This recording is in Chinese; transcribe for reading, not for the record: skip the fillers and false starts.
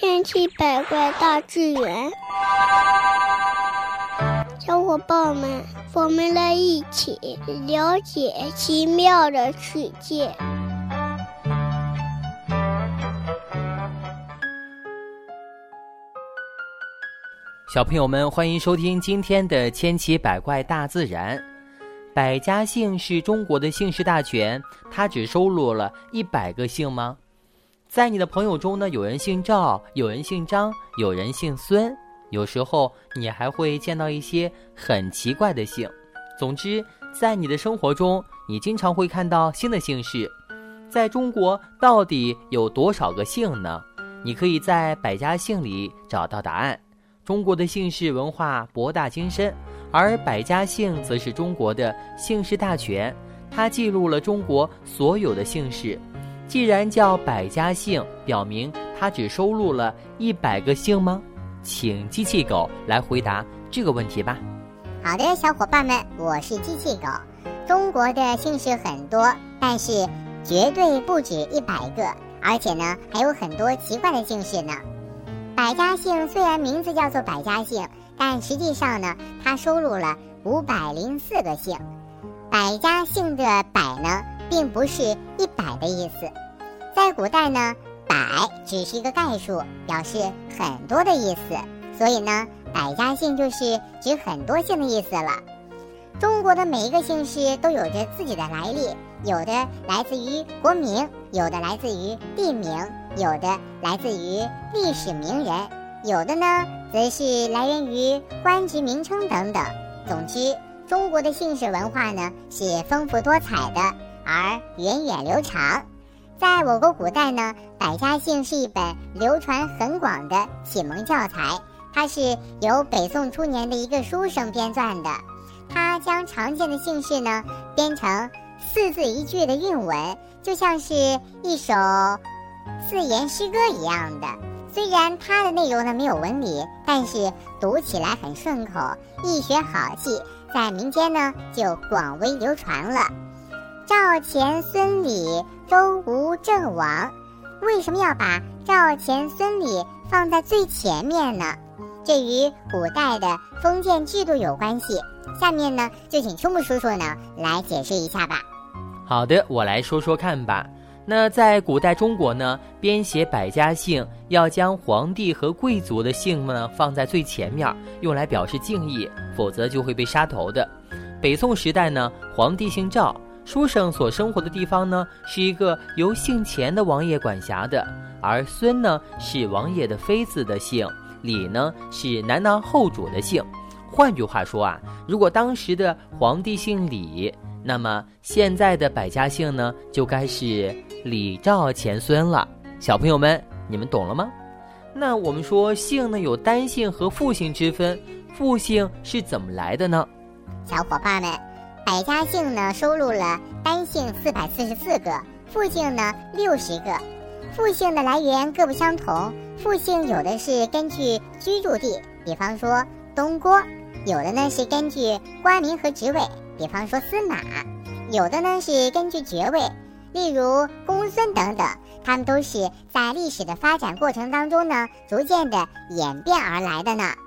千奇百怪大自然，小伙伴们，我们来一起了解奇妙的世界。 小朋友们，欢迎收听今天的千奇百怪大自然。百家姓是中国的姓氏大全，它只收录了100个姓吗？在你的朋友中呢，有人姓赵，有人姓张，有人姓孙，有时候你还会见到一些很奇怪的姓。总之，在你的生活中，你经常会看到新的姓氏。在中国到底有多少个姓呢？你可以在百家姓里找到答案。中国的姓氏文化博大精深，而百家姓则是中国的姓氏大全，它记录了中国所有的姓氏。既然叫百家姓，表明它只收录了100个姓吗？请机器狗来回答这个问题吧。 好的，小伙伴们，我是机器狗。中国的姓氏很多，但是绝对不止100个，而且呢，还有很多奇怪的姓氏呢。百家姓虽然名字叫做百家姓，但实际上呢，它收录了504个姓。百家姓的百呢，并不是100的意思。在古代呢，百只是一个概数，表示很多的意思，所以呢，百家姓就是指很多姓的意思了。中国的每一个姓氏都有着自己的来历，有的来自于国名，有的来自于地名，有的来自于历史名人，有的呢则是来源于官职名称等等。总之，中国的姓氏文化呢是丰富多彩的，而源远流长。在我国古代呢，百家姓是一本流传很广的启蒙教材，它是由北宋初年的一个书生编撰的。他将常见的姓氏呢编成4字1句的韵文，就像是一首4言诗歌一样的。虽然它的内容呢没有文理，但是读起来很顺口，易学好记，在民间呢就广为流传了。赵钱孙李周吴郑王，为什么要把赵钱孙李放在最前面呢？这与古代的封建制度有关系。下面呢，就请秋木叔叔呢来解释一下吧。 好的，我来说说看吧。那在古代中国呢，编写百家姓要将皇帝和贵族的姓呢放在最前面，用来表示敬意，否则就会被杀头的。北宋时代呢，皇帝姓赵，书生所生活的地方呢是一个由姓钱的王爷管辖的，而孙呢是王爷的妃子的姓，李呢是南唐后主的姓。换句话说啊，如果当时的皇帝姓李，那么现在的百家姓呢就该是李赵钱孙了。小朋友们，你们懂了吗？那我们说姓呢有单姓和复姓之分，复姓是怎么来的呢？ 小伙伴们，百家姓呢收录了单姓444个，复姓呢60个。复姓的来源各不相同，复姓有的是根据居住地，比方说东郭；有的呢是根据官名和职位，比方说司马；有的呢是根据爵位，例如公孙等等。他们都是在历史的发展过程当中呢，逐渐的演变而来的呢。